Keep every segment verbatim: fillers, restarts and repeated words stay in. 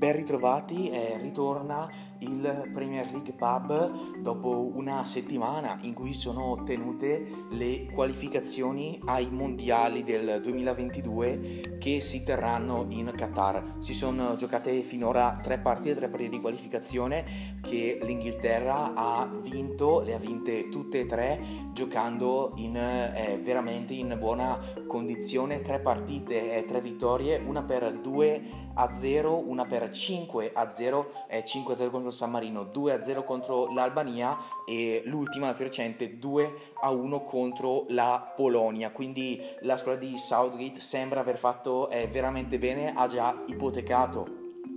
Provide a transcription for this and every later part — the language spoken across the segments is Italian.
Ben ritrovati, eh, ritorna il Premier League Pub dopo una settimana in cui sono tenute le qualificazioni ai mondiali del duemilaventidue che si terranno in Qatar. Si sono giocate finora tre partite, tre partite di qualificazione che l'Inghilterra ha vinto, le ha vinte tutte e tre giocando in, eh, veramente in buona condizione. Tre partite e tre vittorie, una per due a zero, una per cinque a zero, eh, cinque a zero contro il San Marino, due a zero contro l'Albania e l'ultima, la più recente, due a uno contro la Polonia. Quindi la squadra di Southgate sembra aver fatto eh, veramente bene, ha già ipotecato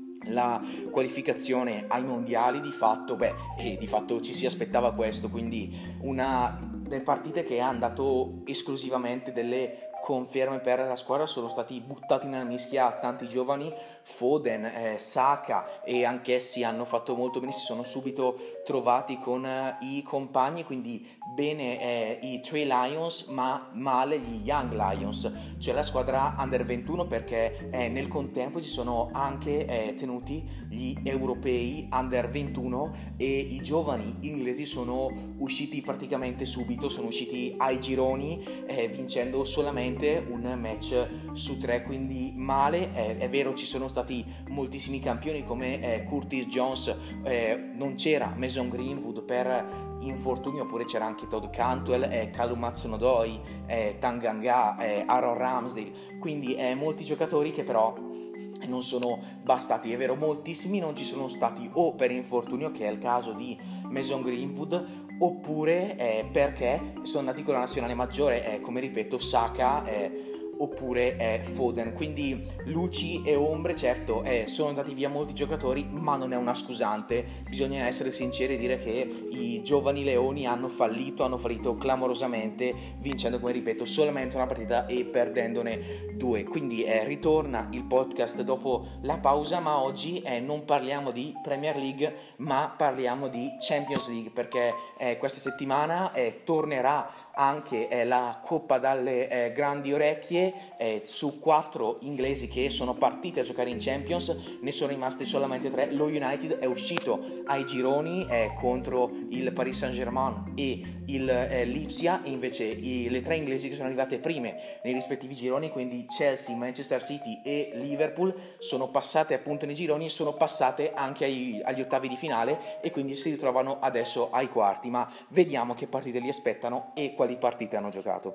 la qualificazione ai mondiali di fatto, beh, e di fatto ci si aspettava questo, quindi una delle partite che ha dato esclusivamente delle conferme per la squadra. Sono stati buttati nella mischia tanti giovani, Foden, eh, Saka, e anch'essi hanno fatto molto bene, si sono subito trovati con eh, i compagni, quindi bene eh, i Three Lions ma male gli Young Lions, cioè la squadra under ventuno, perché eh, nel contempo si sono anche eh, tenuti gli europei under ventuno e i giovani inglesi sono usciti praticamente subito, sono usciti ai gironi eh, vincendo solamente un match su tre, quindi male. Eh, è vero, ci sono stati moltissimi campioni come eh, Curtis Jones, eh, non c'era Mason Greenwood per infortunio, oppure c'era anche Todd Cantwell, eh, Callum Hudson-Odoi, eh, Tanganga, eh, Aaron Ramsdale, quindi eh, molti giocatori che però non sono bastati. È vero, moltissimi non ci sono stati o per infortunio, che è il caso di Mason Greenwood, oppure eh, perché sono andati con la nazionale maggiore, eh, come ripeto Saka, eh, oppure eh, Foden. Quindi luci e ombre, certo eh, sono andati via molti giocatori, ma non è una scusante. Bisogna essere sinceri e dire che i giovani leoni hanno fallito, hanno fallito clamorosamente, vincendo, come ripeto, solamente una partita e perdendone due. Quindi eh, ritorna il podcast dopo la pausa, ma oggi eh, non parliamo di Premier League ma parliamo di Champions League, perché eh, questa settimana eh, tornerà anche eh, la Coppa dalle eh, grandi orecchie. Eh, su quattro inglesi che sono partiti a giocare in Champions ne sono rimasti solamente tre. Lo United è uscito ai gironi eh, contro il Paris Saint-Germain e il eh, Lipsia, e invece i, le tre inglesi che sono arrivate prime nei rispettivi gironi, quindi Chelsea, Manchester City e Liverpool, sono passate appunto nei gironi e sono passate anche ai, agli ottavi di finale, e quindi si ritrovano adesso ai quarti. Ma vediamo che partite li aspettano e quali partite hanno giocato.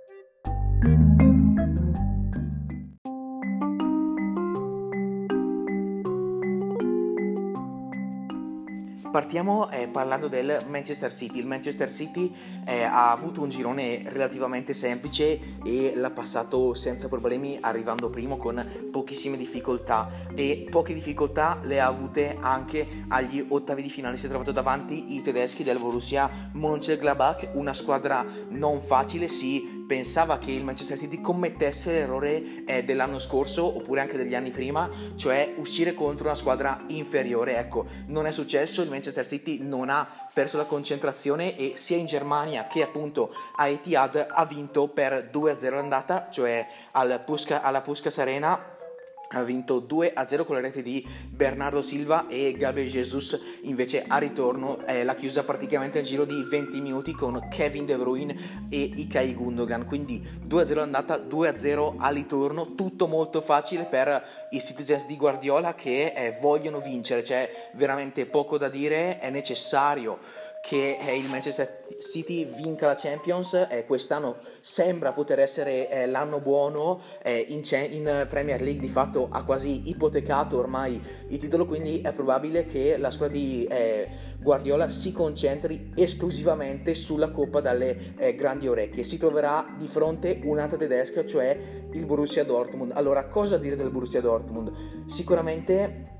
Partiamo eh, parlando del Manchester City. Il Manchester City eh, ha avuto un girone relativamente semplice e l'ha passato senza problemi, arrivando primo con pochissime difficoltà, e poche difficoltà le ha avute anche agli ottavi di finale. Si è trovato davanti i tedeschi del Borussia Mönchengladbach, una squadra non facile. Si pensava che il Manchester City commettesse l'errore eh, dell'anno scorso, oppure anche degli anni prima, cioè uscire contro una squadra inferiore. Ecco, non è successo. Il Manchester City non ha perso la concentrazione e sia in Germania che appunto a Etihad ha vinto per due a zero l'andata, cioè al Puska, alla Puskas Arena. Ha vinto due a zero con la rete di Bernardo Silva, e Gabriel Jesus invece a ritorno eh, l'ha chiusa praticamente nel giro di venti minuti con Kevin De Bruyne e Ilkay Gundogan. Quindi due a zero andata, due a zero al ritorno, tutto molto facile per i Citizens di Guardiola che eh, vogliono vincere. C'è veramente poco da dire, è necessario che eh, il Manchester City vinca la Champions. Eh, quest'anno sembra poter essere eh, l'anno buono eh, in, in Premier League. Di fatto ha quasi ipotecato ormai il titolo, quindi è probabile che la squadra di eh, Guardiola si concentri esclusivamente sulla Coppa dalle eh, grandi orecchie. Si troverà di fronte un'altra tedesca, cioè il Borussia Dortmund. Allora, cosa dire del Borussia Dortmund? Sicuramente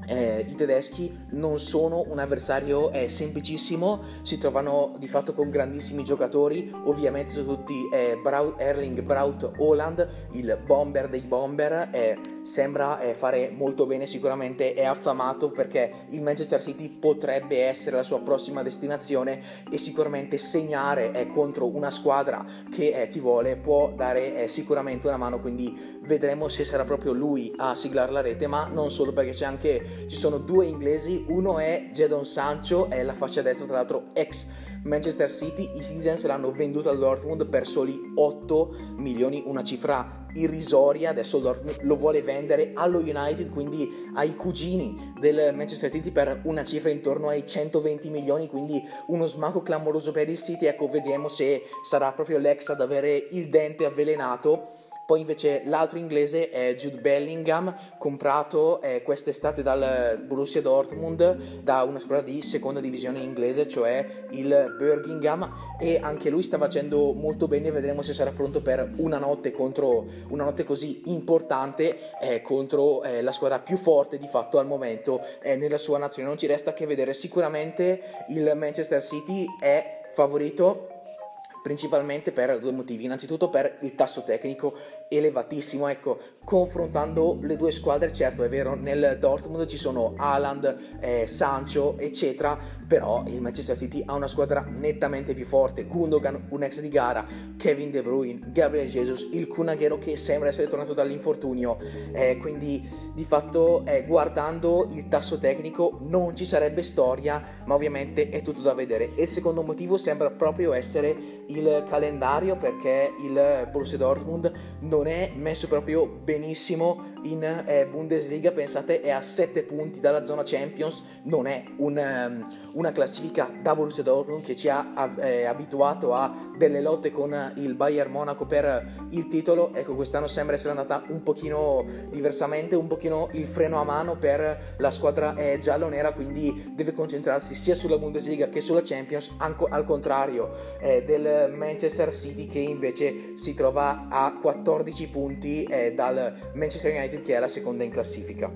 Eh, i tedeschi non sono un avversario eh, semplicissimo, si trovano di fatto con grandissimi giocatori, ovviamente su tutti eh, Brau- Erling Braut Haaland, il bomber dei bomber, eh, sembra eh, fare molto bene, sicuramente è affamato perché il Manchester City potrebbe essere la sua prossima destinazione e sicuramente segnare eh, contro una squadra che eh, ti vuole può dare eh, sicuramente una mano, quindi vedremo se sarà proprio lui a siglare la rete, ma non solo, perché c'è anche ci sono due inglesi, uno è Jadon Sancho, è la fascia destra, tra l'altro ex Manchester City. I Citizens l'hanno venduto al Dortmund per soli otto milioni, una cifra irrisoria. Adesso il Dortmund lo vuole vendere allo United, quindi ai cugini del Manchester City, per una cifra intorno ai centoventi milioni, quindi uno smacco clamoroso per il City. Ecco, vediamo se sarà proprio l'ex ad avere il dente avvelenato. Poi invece l'altro inglese è Jude Bellingham, comprato eh, quest'estate dal Borussia Dortmund, da una squadra di seconda divisione inglese, cioè il Birmingham, e anche lui sta facendo molto bene. Vedremo se sarà pronto per una notte contro una notte così importante eh, contro eh, la squadra più forte di fatto al momento eh, nella sua nazione. Non ci resta che vedere. Sicuramente il Manchester City è favorito principalmente per due motivi. Innanzitutto per il tasso tecnico elevatissimo, ecco, confrontando le due squadre. Certo, è vero, nel Dortmund ci sono Haaland, eh, Sancho eccetera, però il Manchester City ha una squadra nettamente più forte: Gundogan, un ex di gara, Kevin De Bruyne, Gabriel Jesus, il Kun Agüero che sembra essere tornato dall'infortunio, eh, quindi di fatto eh, guardando il tasso tecnico non ci sarebbe storia, ma ovviamente è tutto da vedere. E il secondo motivo sembra proprio essere il calendario, perché il Borussia Dortmund non è messo proprio benissimo in eh, Bundesliga. Pensate, è a sette punti dalla zona Champions. Non è un, um, una classifica da Borussia Dortmund che ci ha eh, abituato a delle lotte con il Bayern Monaco per il titolo. Ecco, quest'anno sembra essere andata un pochino diversamente, un pochino il freno a mano per la squadra eh, giallo-nera, quindi deve concentrarsi sia sulla Bundesliga che sulla Champions, anco, al contrario eh, del Manchester City, che invece si trova a quattordici punti eh, dal Manchester United, che è la seconda in classifica.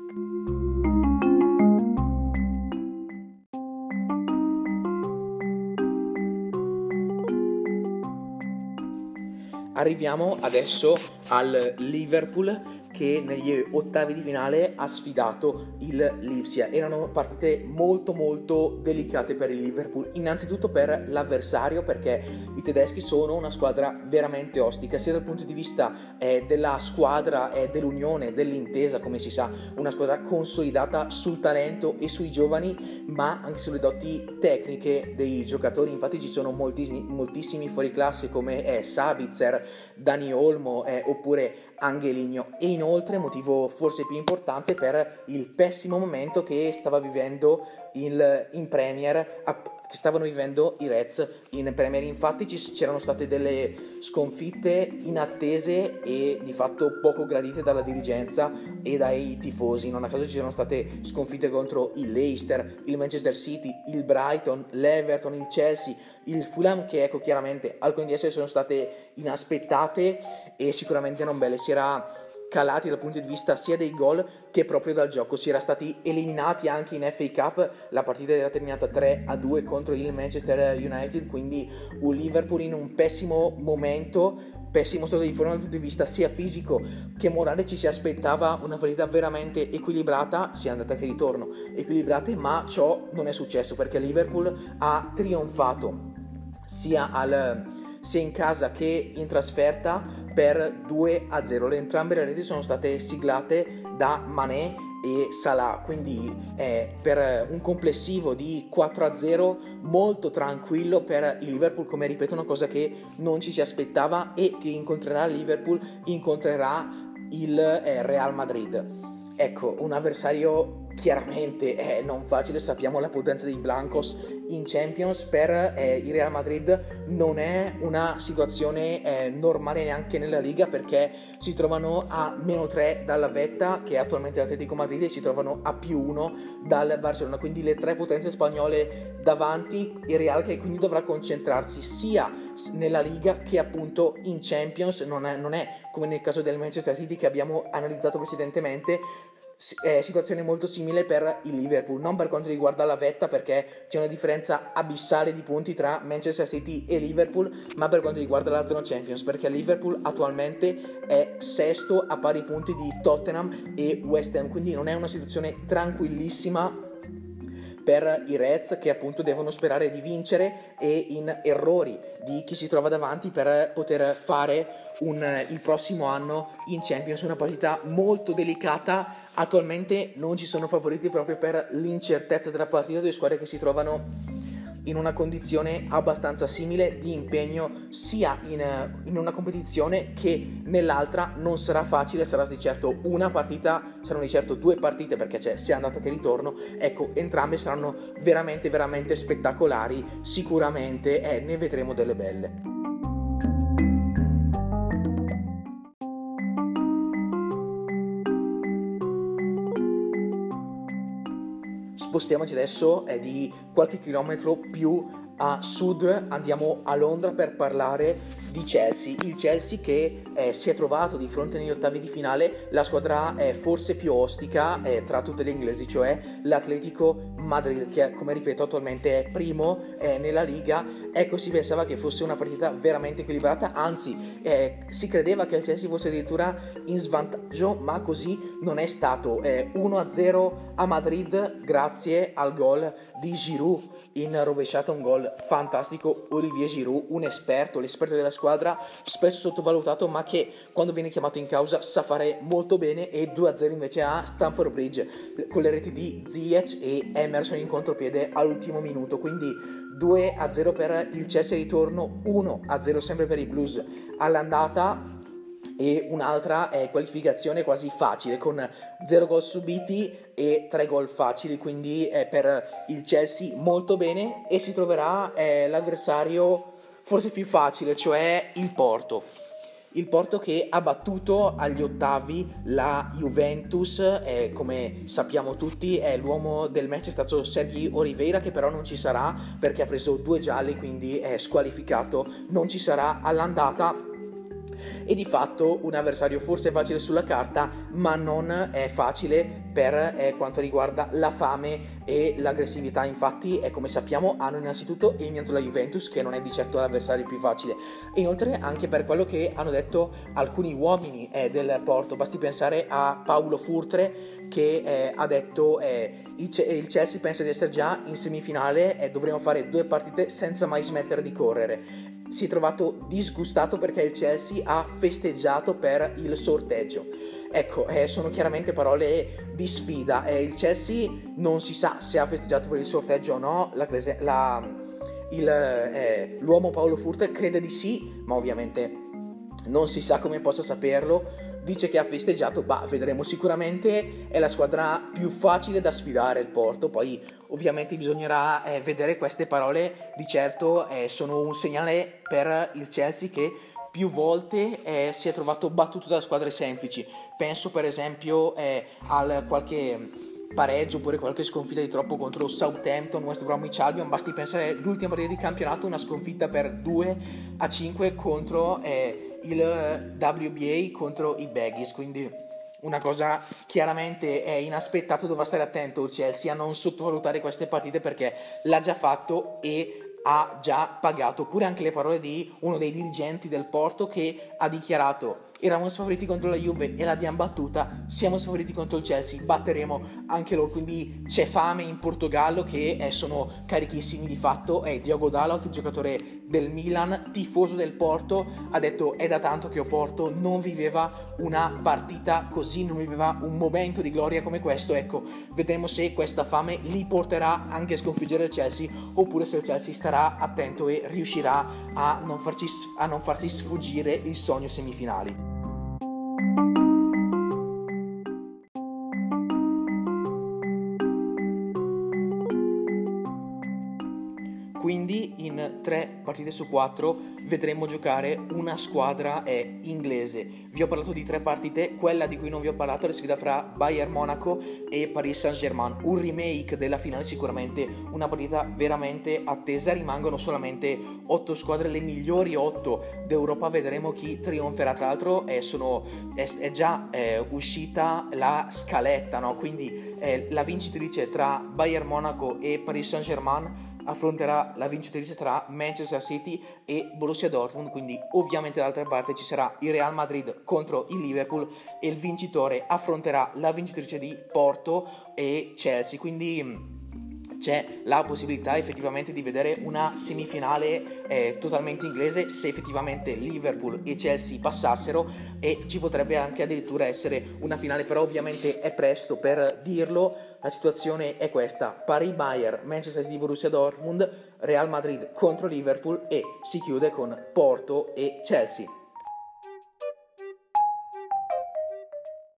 Arriviamo adesso al Liverpool, che negli ottavi di finale ha sfidato il Lipsia. Erano partite molto molto delicate per il Liverpool, innanzitutto per l'avversario, perché i tedeschi sono una squadra veramente ostica, sia dal punto di vista eh, della squadra, eh, dell'unione, dell'intesa, come si sa, una squadra consolidata sul talento e sui giovani, ma anche sulle doti tecniche dei giocatori. Infatti ci sono moltissimi, moltissimi fuoriclasse come eh, Sabitzer, Dani Olmo eh, oppure Angeligno. E inoltre, motivo forse più importante, per il pessimo momento che stava vivendo il, in Premier che stavano vivendo i Reds in Premier. Infatti ci, c'erano state delle sconfitte inattese e di fatto poco gradite dalla dirigenza e dai tifosi. Non a caso ci sono state sconfitte contro il Leicester, il Manchester City, il Brighton, l'Everton, il Chelsea, il Fulham, che ecco chiaramente alcune di esse sono state inaspettate e sicuramente non belle. Si era calati dal punto di vista sia dei gol che proprio dal gioco. Si era stati eliminati anche in F A Cup, la partita era terminata tre a due contro il Manchester United, quindi un Liverpool in un pessimo momento, pessimo stato di forma dal punto di vista sia fisico che morale. Ci si aspettava una partita veramente equilibrata, sia andata che ritorno equilibrate, ma ciò non è successo, perché Liverpool ha trionfato sia al sia in casa che in trasferta per due a zero. Le entrambe le reti sono state siglate da Mané e Salah, quindi eh, per un complessivo di quattro a zero molto tranquillo per il Liverpool. Come ripeto, una cosa che non ci si aspettava e che incontrerà il Liverpool incontrerà il eh, Real Madrid. Ecco, un avversario chiaramente è non facile. Sappiamo la potenza dei Blancos in Champions. Per eh, il Real Madrid non è una situazione eh, normale neanche nella Liga, perché si trovano a meno tre dalla vetta, che è attualmente l'Atletico Madrid, e si trovano a più uno dal Barcellona, quindi le tre potenze spagnole davanti. Il Real che quindi dovrà concentrarsi sia nella Liga che appunto in Champions. Non è, non è come nel caso del Manchester City che abbiamo analizzato precedentemente. eh, situazione molto simile per il Liverpool, non per quanto riguarda la vetta, perché c'è una differenza abissale di punti tra Manchester City e Liverpool, ma per quanto riguarda la zona Champions, perché Liverpool attualmente è sesto a pari punti di Tottenham e West Ham, quindi non è una situazione tranquillissima per i Reds, che appunto devono sperare di vincere, e in errori di chi si trova davanti per poter fare un, il prossimo anno in Champions una partita molto delicata. Attualmente non ci sono favoriti proprio per l'incertezza della partita, due squadre che si trovano in una condizione abbastanza simile di impegno sia in, in una competizione che nell'altra. Non sarà facile, sarà di certo una partita, saranno di certo due partite, perché c'è sia andata che ritorno. Ecco, entrambe saranno veramente veramente spettacolari, sicuramente, e eh, ne vedremo delle belle. Spostiamoci adesso eh, di qualche chilometro più a sud, andiamo a Londra per parlare di Chelsea. Il Chelsea che eh, si è trovato di fronte negli ottavi di finale la squadra eh, forse più ostica eh, tra tutte le inglesi, cioè l'Atletico Madrid, che come ripeto attualmente è primo eh, nella Liga. Ecco, si pensava che fosse una partita veramente equilibrata, anzi eh, si credeva che il Chelsea fosse addirittura in svantaggio, ma così non è stato. eh, uno a zero a Madrid grazie al gol di Giroud in rovesciata, un gol fantastico. Olivier Giroud, un esperto, l'esperto della squadra, spesso sottovalutato, ma che quando viene chiamato in causa sa fare molto bene. E due a zero invece a Stamford Bridge con le reti di Ziyech e Emerson in contropiede all'ultimo minuto, quindi due a zero per il Chelsea al ritorno, uno a zero sempre per i Blues all'andata, e un'altra eh, qualificazione quasi facile con zero gol subiti e tre gol facili, quindi eh, per il Chelsea molto bene. E si troverà eh, l'avversario forse più facile, cioè il Porto. Il Porto che ha battuto agli ottavi la Juventus, eh, come sappiamo tutti è l'uomo del match è stato Sergi Oliveira, che però non ci sarà perché ha preso due gialli, quindi è squalificato, non ci sarà all'andata. E di fatto un avversario forse facile sulla carta, ma non è facile per eh, quanto riguarda la fame e l'aggressività. Infatti, eh, come sappiamo, hanno innanzitutto eliminato la Juventus, che non è di certo l'avversario più facile, e inoltre anche per quello che hanno detto alcuni uomini eh, del Porto. Basti pensare a Paulo Furtre, che eh, ha detto eh, il, C- il Chelsea pensa di essere già in semifinale e dovremo fare due partite senza mai smettere di correre. Si è trovato disgustato perché il Chelsea ha festeggiato per il sorteggio. Ecco, eh, sono chiaramente parole di sfida. Eh, il Chelsea non si sa se ha festeggiato per il sorteggio o no. La, la, il, eh, l'uomo Paolo Furter crede di sì, ma ovviamente non si sa come possa saperlo. Dice che ha festeggiato, bah, vedremo. Sicuramente è la squadra più facile da sfidare, il Porto. Poi ovviamente bisognerà eh, vedere. Queste parole di certo eh, sono un segnale per il Chelsea, che più volte eh, si è trovato battuto da squadre semplici. Penso per esempio eh, al qualche pareggio oppure qualche sconfitta di troppo contro Southampton, West Bromwich Albion. Basti pensare all'ultima partita di campionato, una sconfitta per due a cinque contro eh, il W B A contro i Baggies, quindi una cosa chiaramente è inaspettato. Dovrà stare attento il Chelsea a non sottovalutare queste partite, perché l'ha già fatto e ha già pagato. Oppure anche le parole di uno dei dirigenti del Porto, che ha dichiarato: eravamo sfavoriti contro la Juve e l'abbiamo battuta, siamo sfavoriti contro il Chelsea, batteremo anche loro. Quindi c'è fame in Portogallo, che eh, sono carichissimi. Di fatto è Diogo Dalot, il giocatore del Milan, tifoso del Porto, ha detto: è da tanto che Oporto non viveva una partita così, non viveva un momento di gloria come questo. Ecco, vedremo se questa fame li porterà anche a sconfiggere il Chelsea, oppure se il Chelsea starà attento e riuscirà a non farci, a non farsi sfuggire il sogno semifinali. Quindi in tre partite su quattro vedremo giocare una squadra eh, inglese. Vi ho parlato di tre partite, quella di cui non vi ho parlato è la sfida fra Bayern Monaco e Paris Saint-Germain, un remake della finale, sicuramente una partita veramente attesa. Rimangono solamente otto squadre, le migliori otto d'Europa, vedremo chi trionferà. Tra l'altro è, sono, è, è già eh, uscita la scaletta, no? Quindi eh, la vincitrice tra Bayern Monaco e Paris Saint-Germain affronterà la vincitrice tra Manchester City e Borussia Dortmund, quindi ovviamente dall'altra parte ci sarà il Real Madrid contro il Liverpool e il vincitore affronterà la vincitrice di Porto e Chelsea, quindi c'è la possibilità effettivamente di vedere una semifinale eh, totalmente inglese se effettivamente Liverpool e Chelsea passassero, e ci potrebbe anche addirittura essere una finale, però ovviamente è presto per dirlo. La situazione è questa: Paris-Bayern, Manchester City, Borussia Dortmund, Real Madrid contro Liverpool e si chiude con Porto e Chelsea.